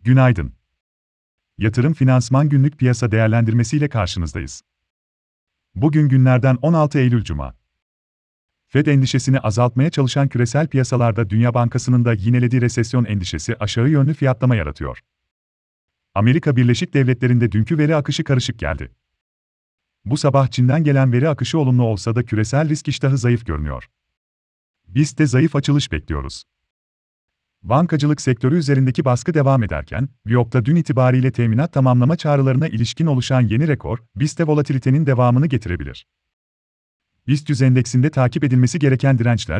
Günaydın. Yatırım Finansman Günlük Piyasa Değerlendirmesi ile karşınızdayız. Bugün günlerden 16 Eylül Cuma. Fed endişesini azaltmaya çalışan küresel piyasalarda Dünya Bankası'nın da yinelediği resesyon endişesi aşağı yönlü fiyatlama yaratıyor. Amerika Birleşik Devletleri'nde dünkü veri akışı karışık geldi. Bu sabah Çin'den gelen veri akışı olumlu olsa da küresel risk iştahı zayıf görünüyor. Biz de zayıf açılış bekliyoruz. Bankacılık sektörü üzerindeki baskı devam ederken, BIST'te dün itibariyle teminat tamamlama çağrılarına ilişkin oluşan yeni rekor, BIST'te volatilitenin devamını getirebilir. BIST 100 endeksinde takip edilmesi gereken dirençler,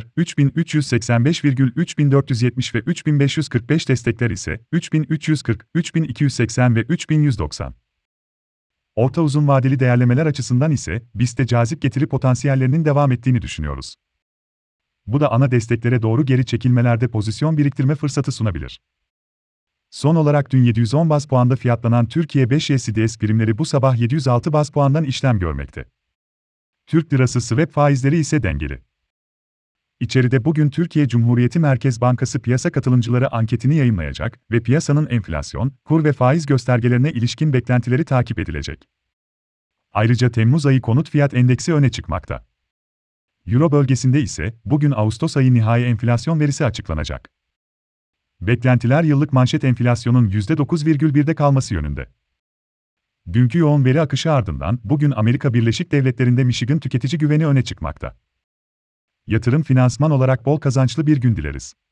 3385,3470 ve 3545 destekler ise, 3340, 3280 ve 3190. Orta uzun vadeli değerlemeler açısından ise, BIST'te cazip getiri potansiyellerinin devam ettiğini düşünüyoruz. Bu da ana desteklere doğru geri çekilmelerde pozisyon biriktirme fırsatı sunabilir. Son olarak dün 710 baz puanda fiyatlanan Türkiye 5 YCDS primleri bu sabah 706 baz puandan işlem görmekte. Türk lirası swap faizleri ise dengeli. İçeride bugün Türkiye Cumhuriyeti Merkez Bankası piyasa katılımcıları anketini yayımlayacak ve piyasanın enflasyon, kur ve faiz göstergelerine ilişkin beklentileri takip edilecek. Ayrıca Temmuz ayı konut fiyat endeksi öne çıkmakta. Euro bölgesinde ise bugün Ağustos ayı nihai enflasyon verisi açıklanacak. Beklentiler yıllık manşet enflasyonun %9,1'de kalması yönünde. Dünkü yoğun veri akışı ardından bugün Amerika Birleşik Devletleri'nde Michigan tüketici güveni öne çıkmakta. Yatırım finansman olarak bol kazançlı bir gün dileriz.